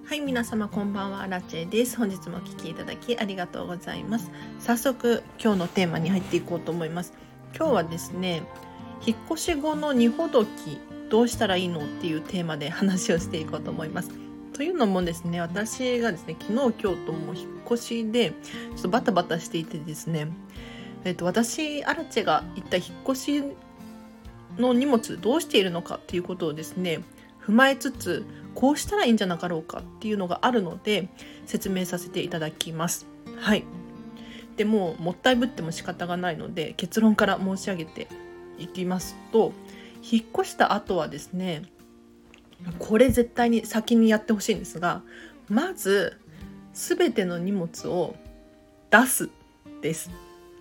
はい、皆様こんばんは、ラチェです。本日もお聞きいただきありがとうございます。早速今日のテーマに入っていこうと思います。今日はですね、引っ越し後の荷ほどきどうしたらいいのっていうテーマで話をしていこうと思います。というのもですね、私がですね、昨日今日とも引っ越しでちょっとバタバタしていてですね、私アラチェが一体引っ越しの荷物どうしているのかっていうことをですね、踏まえつつこうしたらいいんじゃなかろうかっていうのがあるので説明させていただきます。はい。でもったいぶっても仕方がないので結論から申し上げていきますと、引っ越した後はですね、これ絶対に先にやってほしいんですが、まず全ての荷物を出すです。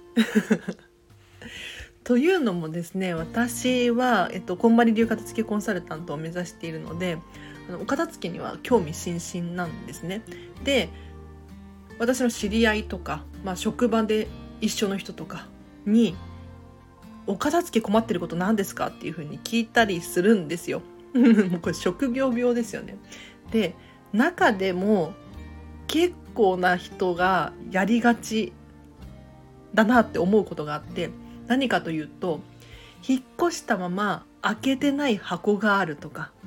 というのもですね、私は、こんまり流片付けコンサルタントを目指しているので、お片付けには興味津々なんですね。で、私の知り合いとか、職場で一緒の人とかにお片付け困ってること何ですかっていう風に聞いたりするんですよ。もうこれ職業病ですよね。で、中でも結構な人がやりがちだなって思うことがあって、何かというと、引っ越したまま開けてない箱があるとか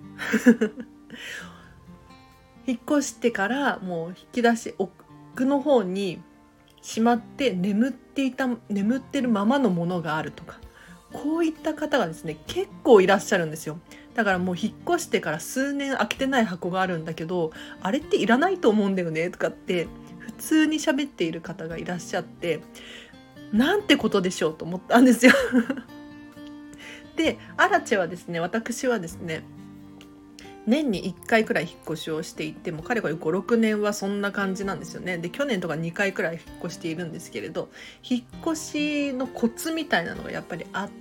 引っ越してからもう引き出し奥の方にしまって眠ってるままのものがあるとか、こういった方がですね結構いらっしゃるんですよ。だからもう引っ越してから数年開けてない箱があるんだけど、あれっていらないと思うんだよねとかって普通に喋っている方がいらっしゃって、なんてことでしょうと思ったんですよ。で、私はですね、年に1回くらい引っ越しをしていて、もかれこれ5、6年はそんな感じなんですよね。で、去年とか2回くらい引っ越しているんですけれど、引っ越しのコツみたいなのがやっぱりあって、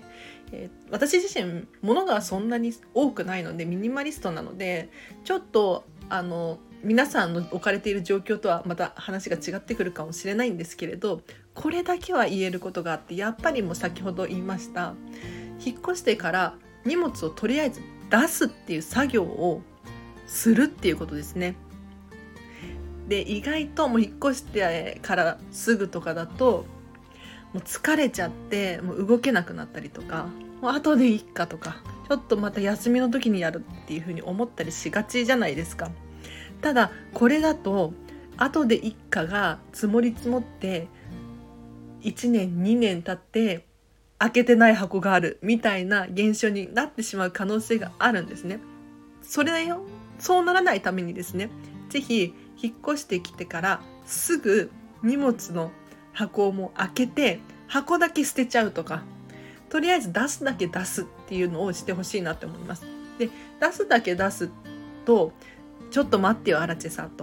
私自身物がそんなに多くないのでミニマリストなので、ちょっと皆さんの置かれている状況とはまた話が違ってくるかもしれないんですけれど、これだけは言えることがあって、やっぱりもう先ほど言いました引っ越してから荷物をとりあえず出すっていう作業をするっていうことですね。で、意外ともう引っ越してからすぐとかだともう疲れちゃってもう動けなくなったりとか、もう後でいいかとか、ちょっとまた休みの時にやるっていう風に思ったりしがちじゃないですか。ただこれだと後でいっかが積もり積もって1年2年経って開けてない箱があるみたいな現象になってしまう可能性があるんですね。そうならないためにですね、ぜひ引っ越してきてからすぐ荷物の箱も開けて箱だけ捨てちゃうとか、とりあえず出すだけ出すっていうのをしてほしいなって思います。で、出すだけ出すと、ちょっと待ってよアラチェさんと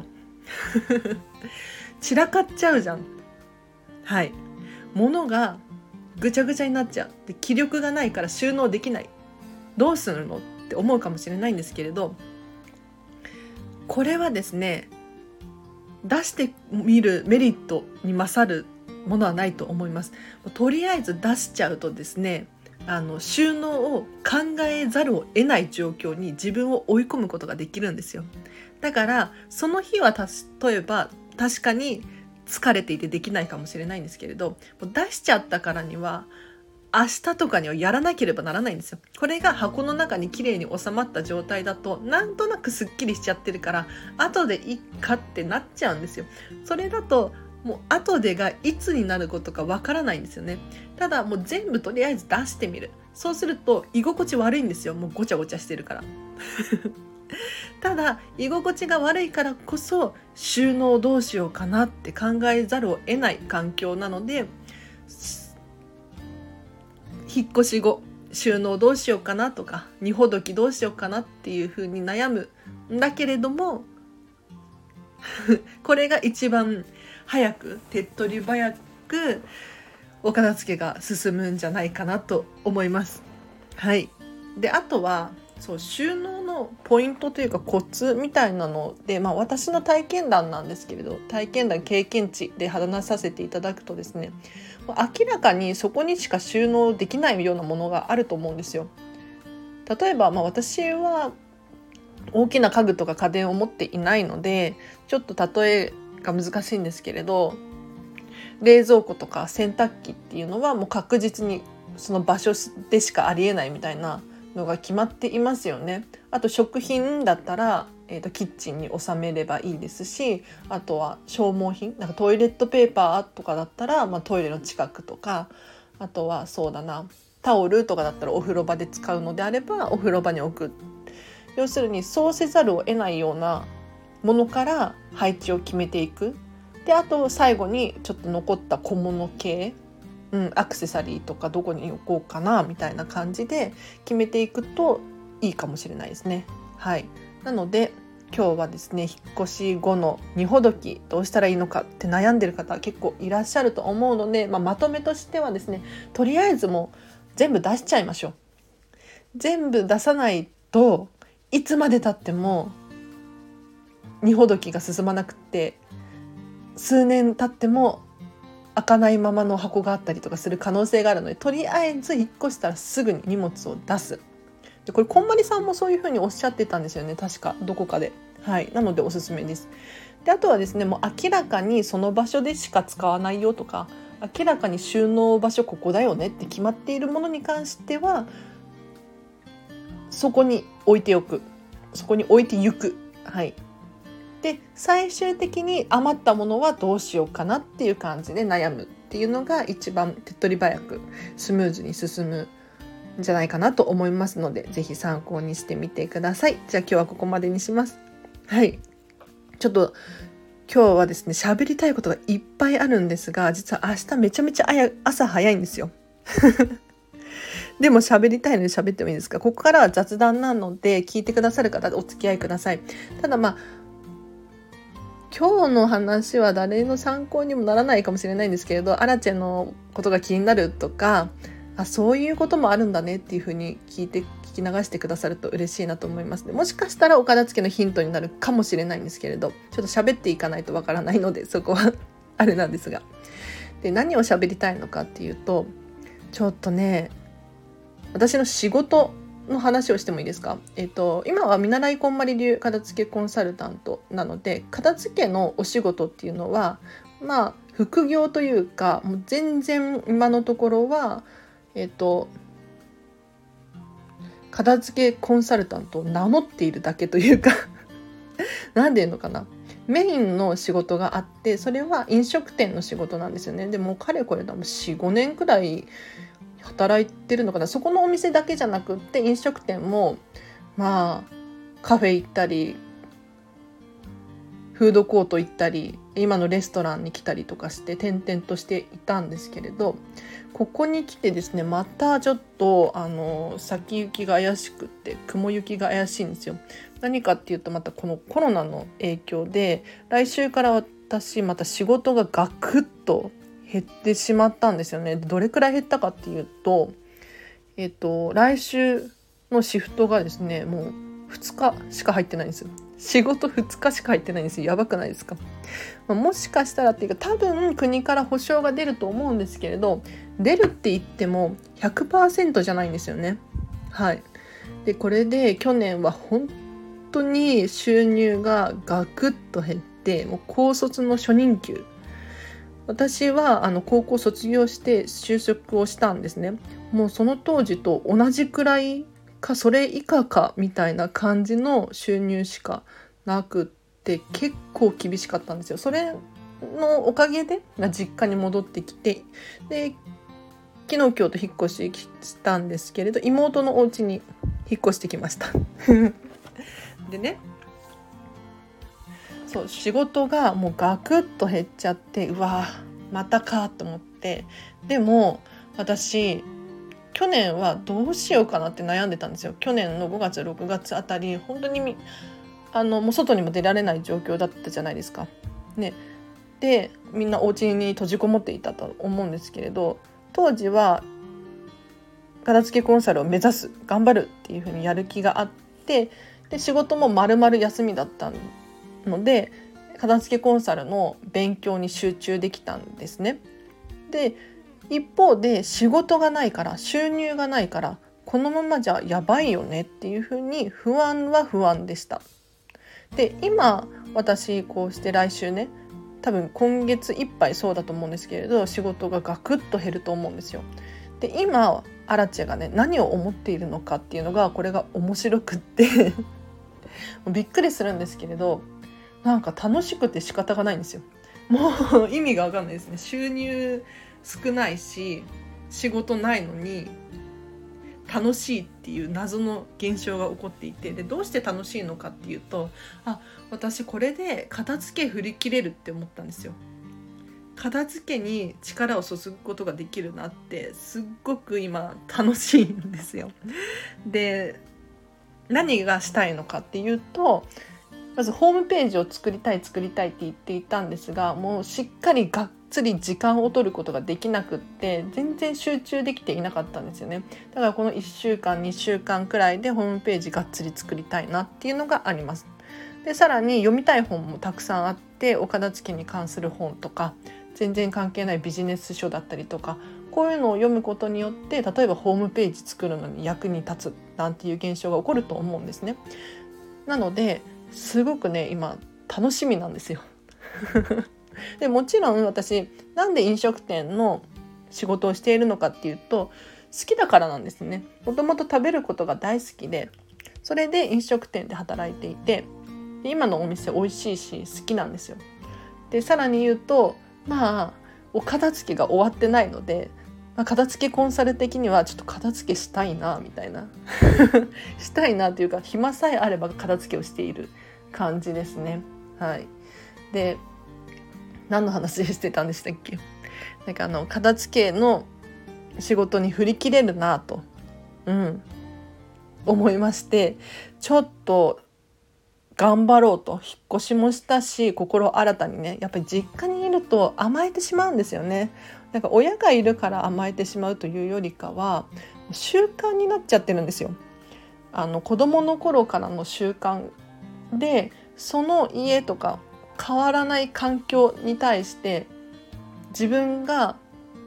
散らかっちゃうじゃん。はい、物がぐちゃぐちゃになっちゃう。で、気力がないから収納できない。どうするのって思うかもしれないんですけれど、これはですね、出してみるメリットに勝るものはないと思います。とりあえず出しちゃうとですね、収納を考えざるを得ない状況に自分を追い込むことができるんですよ。だからその日は例えば確かに疲れていてできないかもしれないんですけれど、出しちゃったからには明日とかにはやらなければならないんですよ。これが箱の中にきれいに収まった状態だとなんとなくすっきりしちゃってるから、後でいいかってなっちゃうんですよ。それだともう後でがいつになることかわからないんですよね。ただもう全部とりあえず出してみる。そうすると居心地悪いんですよ。もうごちゃごちゃしてるからただ居心地が悪いからこそ収納どうしようかなって考えざるを得ない環境なので、引っ越し後収納どうしようかなとか荷ほどきどうしようかなっていう風に悩むんだけれどもこれが一番早く手っ取り早くお片付けが進むんじゃないかなと思います。はい。で、あとは収納のポイントというかコツみたいなので、私の体験談なんですけれど、体験談経験値で話させていただくとですね、明らかにそこにしか収納できないようなものがあると思うんですよ。例えば、私は大きな家具とか家電を持っていないのでちょっと例えが難しいんですけれど、冷蔵庫とか洗濯機っていうのはもう確実にその場所でしかありえないみたいなのが決まっていますよね。あと食品だったら、キッチンに収めればいいですし、あとは消耗品なんかトイレットペーパーとかだったら、トイレの近くとか、あとはそうだなタオルとかだったらお風呂場で使うのであればお風呂場に置く。要するにそうせざるを得ないようなものから配置を決めていく。であと最後にちょっと残った小物系、アクセサリーとかどこに置こうかなみたいな感じで決めていくといいかもしれないですね。はい。なので今日はですね、引っ越し後の荷ほどきどうしたらいいのかって悩んでる方結構いらっしゃると思うので、まとめとしてはですね、とりあえずもう全部出しちゃいましょう。全部出さないといつまで経っても荷ほどきが進まなくって数年経っても開かないままの箱があったりとかする可能性があるので、とりあえず引っ越したらすぐに荷物を出す。でこれこんまりさんもそういうふうにおっしゃってたんですよね、確かどこかで。はい、なのでおすすめです。であとはですね、もう明らかにその場所でしか使わないよとか、明らかに収納場所ここだよねって決まっているものに関してはそこに置いておく、そこに置いてゆく。はい。で最終的に余ったものはどうしようかなっていう感じで悩むっていうのが一番手っ取り早くスムーズに進むんじゃないかなと思いますので、ぜひ参考にしてみてください。じゃあ今日はここまでにします。はい。ちょっと今日はですね、喋りたいことがいっぱいあるんですが、実は明日めちゃめちゃ朝早いんですよ。でも喋りたいので喋ってもいいですか？ここからは雑談なので聞いてくださる方お付き合いください。ただ今日の話は誰の参考にもならないかもしれないんですけれど、アラチェのことが気になるとか、そういうこともあるんだねっていう風に聞き流してくださると嬉しいなと思いますね。もしかしたらお片付けのヒントになるかもしれないんですけれど、ちょっと喋っていかないとわからないのでそこはあれなんですが。で何を喋りたいのかっていうと、ちょっとね、私の仕事の話をしてもいいですか？今は見習いこんまり流片付けコンサルタントなので、片付けのお仕事っていうのは副業というか、もう全然今のところは片付けコンサルタントを名乗っているだけというかなんていうのかな、メインの仕事があって、それは飲食店の仕事なんですよね。でもかれこれ多分 4,5 年くらい働いてるのかな。そこのお店だけじゃなくって飲食店もカフェ行ったりフードコート行ったり今のレストランに来たりとかして転々としていたんですけれど、ここに来てですね、またちょっと先行きが怪しくって雲行きが怪しいんですよ。何かっていうと、またこのコロナの影響で来週から私また仕事がガクッと減ってしまったんですよね。どれくらい減ったかっていうと、来週のシフトがですね、もう2日しか入ってないんですよ。仕事2日しか入ってないんですよ。やばくないですか？もしかしたらっていうか、多分国から保証が出ると思うんですけれど、出るって言っても 100% じゃないんですよね。はい。でこれで去年は本当に収入がガクッと減って、もう高卒の初任給、私は高校卒業して就職をしたんですね。もうその当時と同じくらいかそれ以下かみたいな感じの収入しかなくって、結構厳しかったんですよ。それのおかげで実家に戻ってきて、で昨日今日と引っ越ししたんですけれど、妹のお家に引っ越してきましたでね、そう仕事がもうガクッと減っちゃって、うわまたかと思って、でも私去年はどうしようかなって悩んでたんですよ。去年の5月6月あたり本当にもう外にも出られない状況だったじゃないですかね。でみんなお家に閉じこもっていたと思うんですけれど、当時は片付けコンサルを目指す、頑張るっていう風にやる気があって、で仕事も丸々休みだったので片付けコンサルの勉強に集中できたんですね。で一方で仕事がないから、収入がないからこのままじゃやばいよねっていうふうに不安は不安でした。で今私こうして来週ね、多分今月いっぱいそうだと思うんですけれど、仕事がガクッと減ると思うんですよ。で今アラチェがね何を思っているのかっていうのが、これが面白くってびっくりするんですけれど、なんか楽しくて仕方がないんですよ。もう意味が分かんないですね。収入少ないし仕事ないのに楽しいっていう謎の現象が起こっていて、でどうして楽しいのかっていうと、私これで片付け振り切れるって思ったんですよ。片付けに力を注ぐことができるなってすっごく今楽しいんですよ。で何がしたいのかっていうと、まずホームページを作りたいって言っていたんですが、もうしっかりがっつり時間を取ることができなくって、全然集中できていなかったんですよね。だからこの1週間2週間くらいでホームページがっつり作りたいなっていうのがあります。でさらに読みたい本もたくさんあって、お片付けに関する本とか全然関係ないビジネス書だったりとか、こういうのを読むことによって例えばホームページ作るのに役に立つなんていう現象が起こると思うんですね。なのですごくね今楽しみなんですよでもちろん私なんで飲食店の仕事をしているのかっていうと、好きだからなんですね。もともと食べることが大好きで、それで飲食店で働いていて、で今のお店美味しいし好きなんですよ。でさらに言うとお片付けが終わってないので、片付けコンサル的にはちょっと片付けしたいなみたいなしたいなというか、暇さえあれば片付けをしている感じですね。はい。で何の話してたんでしたっけ。なんか片付けの仕事に振り切れるなと、思いまして、ちょっと頑張ろうと。引っ越しもしたし、心新たにね、やっぱり実家にいると甘えてしまうんですよね。なんか親がいるから甘えてしまうというよりかは習慣になっちゃってるんですよ。子供の頃からの習慣で、その家とか変わらない環境に対して自分が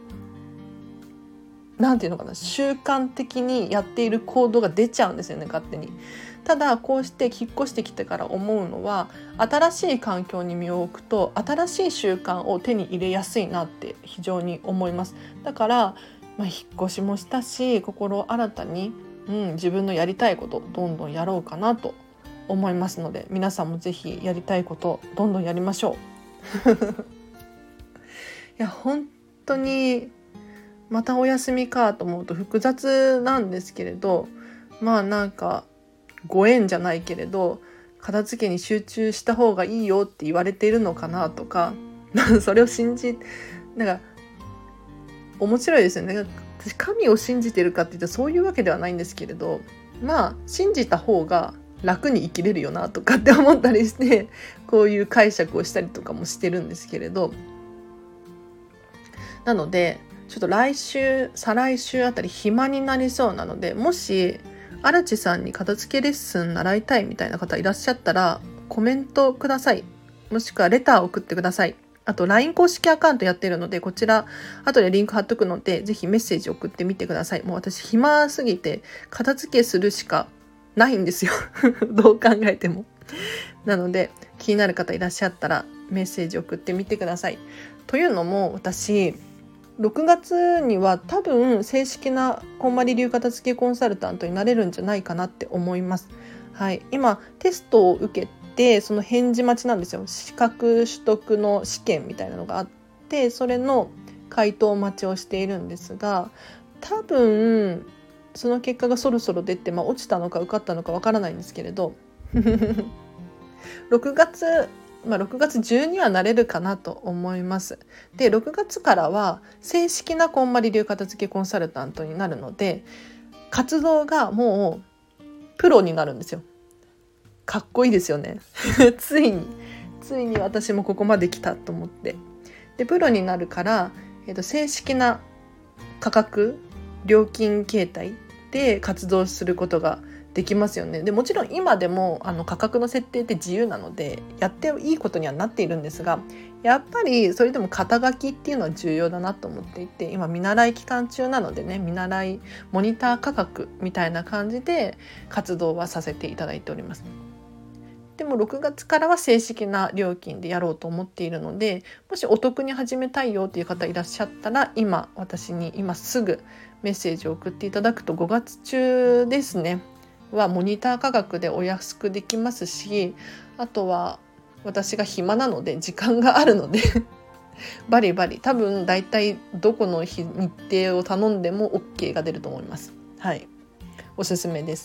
なんていうのかな、習慣的にやっている行動が出ちゃうんですよね、勝手に。ただこうして引っ越してきてから思うのは、新しい環境に身を置くと新しい習慣を手に入れやすいなって非常に思います。だから、引っ越しもしたし、心新たに、自分のやりたいことどんどんやろうかなと思いますので、皆さんもぜひやりたいことどんどんやりましょういや本当にまたお休みかと思うと複雑なんですけれど、なんかご縁じゃないけれど片付けに集中した方がいいよって言われているのかなとかそれを信じ、なんか面白いですよね。私神を信じてるかって言ったらそういうわけではないんですけれど、信じた方が楽に生きれるよなとかって思ったりして、こういう解釈をしたりとかもしてるんですけれど、なのでちょっと来週再来週あたり暇になりそうなので、もし荒地さんに片付けレッスン習いたいみたいな方いらっしゃったらコメントください。もしくはレターを送ってください。あと LINE 公式アカウントやってるので、こちら後でリンク貼っとくのでぜひメッセージ送ってみてください。もう私暇すぎて片付けするしかないんですよどう考えても。なので気になる方いらっしゃったらメッセージ送ってみてください。というのも私6月には多分正式なこんまり流片付けコンサルタントになれるんじゃないかなって思います。はい、今テストを受けてその返事待ちなんですよ。資格取得の試験みたいなのがあって、それの回答待ちをしているんですが、多分その結果がそろそろ出て、落ちたのか受かったのかわからないんですけれど6月中にはなれるかなと思います。で6月からは正式なこんまり流片付けコンサルタントになるので、活動がもうプロになるんですよ。かっこいいですよねついに私もここまで来たと思って。でプロになるから、正式な価格料金形態で活動することができますよね。でもちろん今でも価格の設定って自由なのでやっていいことにはなっているんですが、やっぱりそれでも肩書きっていうのは重要だなと思っていて、今見習い期間中なのでね、見習いモニター価格みたいな感じで活動はさせていただいております。でも6月からは正式な料金でやろうと思っているので、もしお得に始めたいよっていう方いらっしゃったら、私に今すぐメッセージを送っていただくと、5月中ですねはモニター価格でお安くできますし、あとは私が暇なので時間があるのでバリバリ多分だいたいどこの日程を頼んでも OK が出ると思います。はい、おすすめです。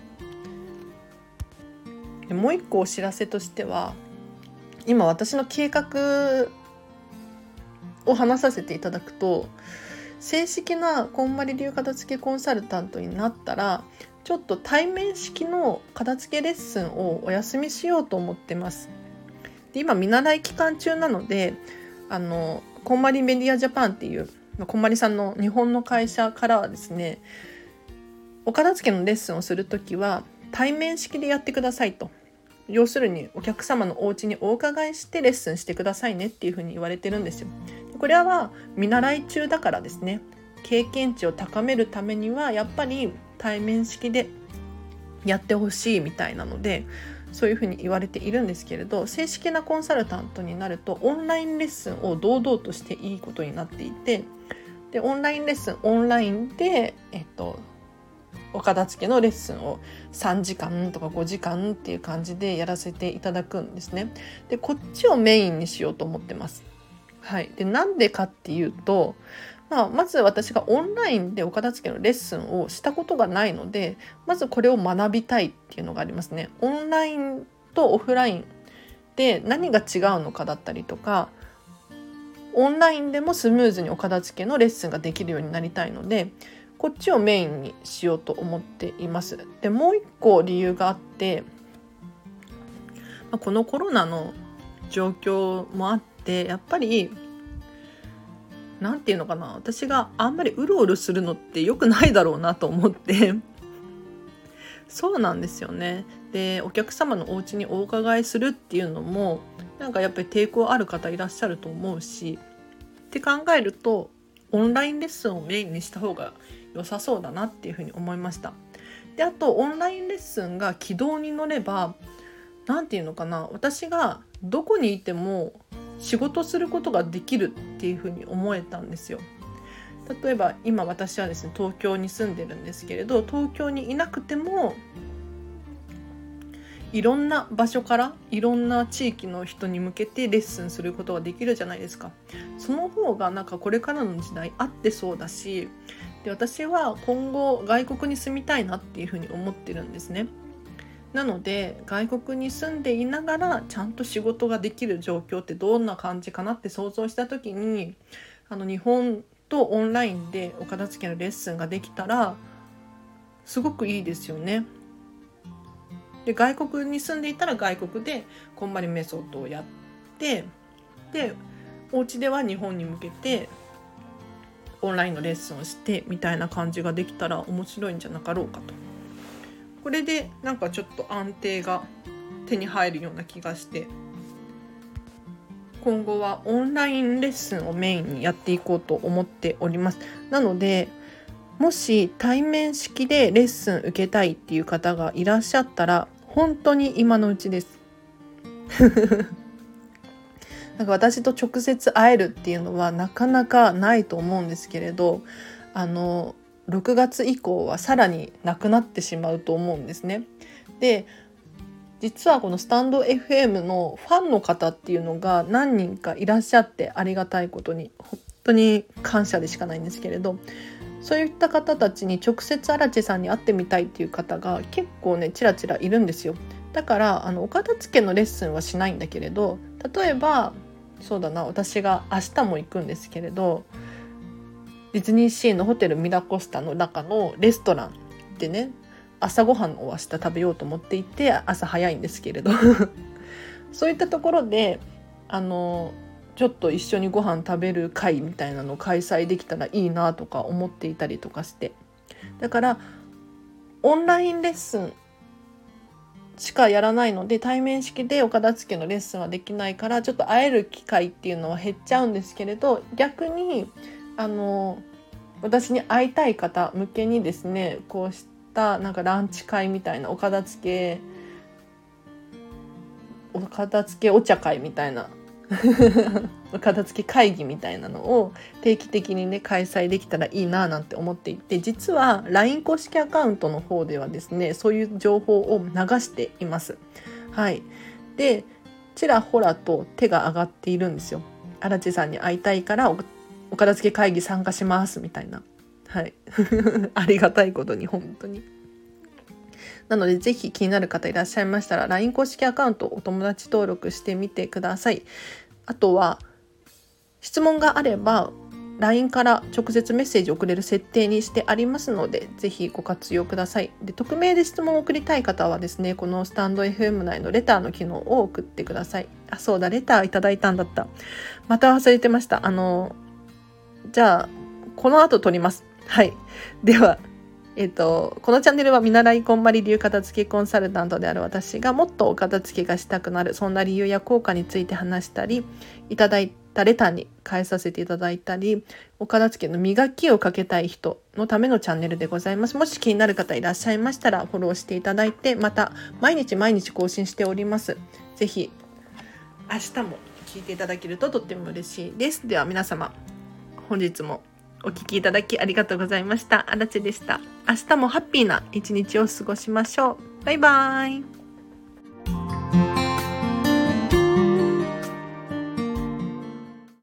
でもう一個お知らせとしては、今私の計画を話させていただくと、正式なこんまり流片付けコンサルタントになったら、ちょっと対面式の片付けレッスンをお休みしようと思ってます。で今見習い期間中なので、こんまりメディアジャパンっていうこんまりさんの日本の会社からはですね、お片付けのレッスンをするときは対面式でやってくださいと、要するにお客様のお家にお伺いしてレッスンしてくださいねっていうふうに言われてるんですよ。これは見習い中だからですね、経験値を高めるためにはやっぱり対面式でやってほしいみたいなので、そういうふうに言われているんですけれど、正式なコンサルタントになるとオンラインレッスンを堂々としていいことになっていて、でオンラインレッスンオンラインで、お片付けのレッスンを3時間とか5時間っていう感じでやらせていただくんですね。でこっちをメインにしようと思ってます。はい、でなんでかっていうと、まず私がオンラインでお片付けのレッスンをしたことがないので、まずこれを学びたいっていうのがありますね。オンラインとオフラインで何が違うのかだったりとか、オンラインでもスムーズにお片付けのレッスンができるようになりたいので、こっちをメインにしようと思っています。でもう一個理由があって、このコロナの状況もあって、やっぱりなんていうのかな、私があんまりうるうるするのって良くないだろうなと思ってそうなんですよね。でお客様のお家にお伺いするっていうのもなんかやっぱり抵抗ある方いらっしゃると思うし、って考えるとオンラインレッスンをメインにした方が良さそうだなっていうふうに思いました。であとオンラインレッスンが軌道に乗れば、なんていうのかな、私がどこにいても仕事することができるっていうふうに思えたんですよ。例えば今私はですね、東京に住んでるんですけれど、東京にいなくてもいろんな場所からいろんな地域の人に向けてレッスンすることができるじゃないですか。その方がなんかこれからの時代合ってそうだし、で私は今後外国に住みたいなっていうふうに思ってるんですね。なので外国に住んでいながらちゃんと仕事ができる状況ってどんな感じかなって想像した時に、日本とオンラインでお片付けのレッスンができたらすごくいいですよね。で外国に住んでいたら外国でこんまりメソッドをやって、でお家では日本に向けてオンラインのレッスンをしてみたいな感じができたら面白いんじゃなかろうかと。これでなんかちょっと安定が手に入るような気がして、今後はオンラインレッスンをメインにやっていこうと思っております。なのでもし対面式でレッスン受けたいっていう方がいらっしゃったら本当に今のうちですなんか私と直接会えるっていうのはなかなかないと思うんですけれど、6月以降はさらになくなってしまうと思うんですね。で実はこのスタンド FM のファンの方っていうのが何人かいらっしゃって、ありがたいことに本当に感謝でしかないんですけれど、そういった方たちに直接荒地さんに会ってみたいっていう方が結構ねちらちらいるんですよ。だからお片付けのレッスンはしないんだけれど、例えばそうだな、私が明日も行くんですけれど、ディズニーシーのホテルミラコスタの中のレストランでね、朝ごはんを明日食べようと思っていて、朝早いんですけれどそういったところでちょっと一緒にご飯食べる会みたいなのを開催できたらいいなとか思っていたりとかして、だからオンラインレッスンしかやらないので、対面式でお片付けのレッスンはできないから、ちょっと会える機会っていうのは減っちゃうんですけれど、逆に私に会いたい方向けにですね、こうしたなんかランチ会みたいなお片付けお茶会みたいなお片付け会議みたいなのを定期的にね開催できたらいいななんて思っていて、実は LINE 公式アカウントの方ではですね、そういう情報を流しています。はい。で、ちらほらと手が挙がっているんですよ。荒地さんに会いたいからお片付け会議参加しますみたいな。はいありがたいことに本当に。なのでぜひ気になる方いらっしゃいましたら LINE 公式アカウントお友達登録してみてください。あとは質問があれば LINE から直接メッセージを送れる設定にしてありますので、ぜひご活用ください。で、匿名で質問を送りたい方はですね、このスタンド FM 内のレターの機能を送ってください。あ、そうだ、レターいただいたんだった。また忘れてました。じゃあこの後撮ります。はい。ではこのチャンネルは見習いこんまり流片付けコンサルタントである私がもっとお片付けがしたくなる、そんな理由や効果について話したり、いただいたレターに返させていただいたり、お片付けの磨きをかけたい人のためのチャンネルでございます。もし気になる方いらっしゃいましたらフォローしていただいて、また毎日更新しております。ぜひ明日も聞いていただけるととっても嬉しいです。では皆様、本日もお聞きいただきありがとうございました。あらちでした。明日もハッピーな一日を過ごしましょう。バイバーイ。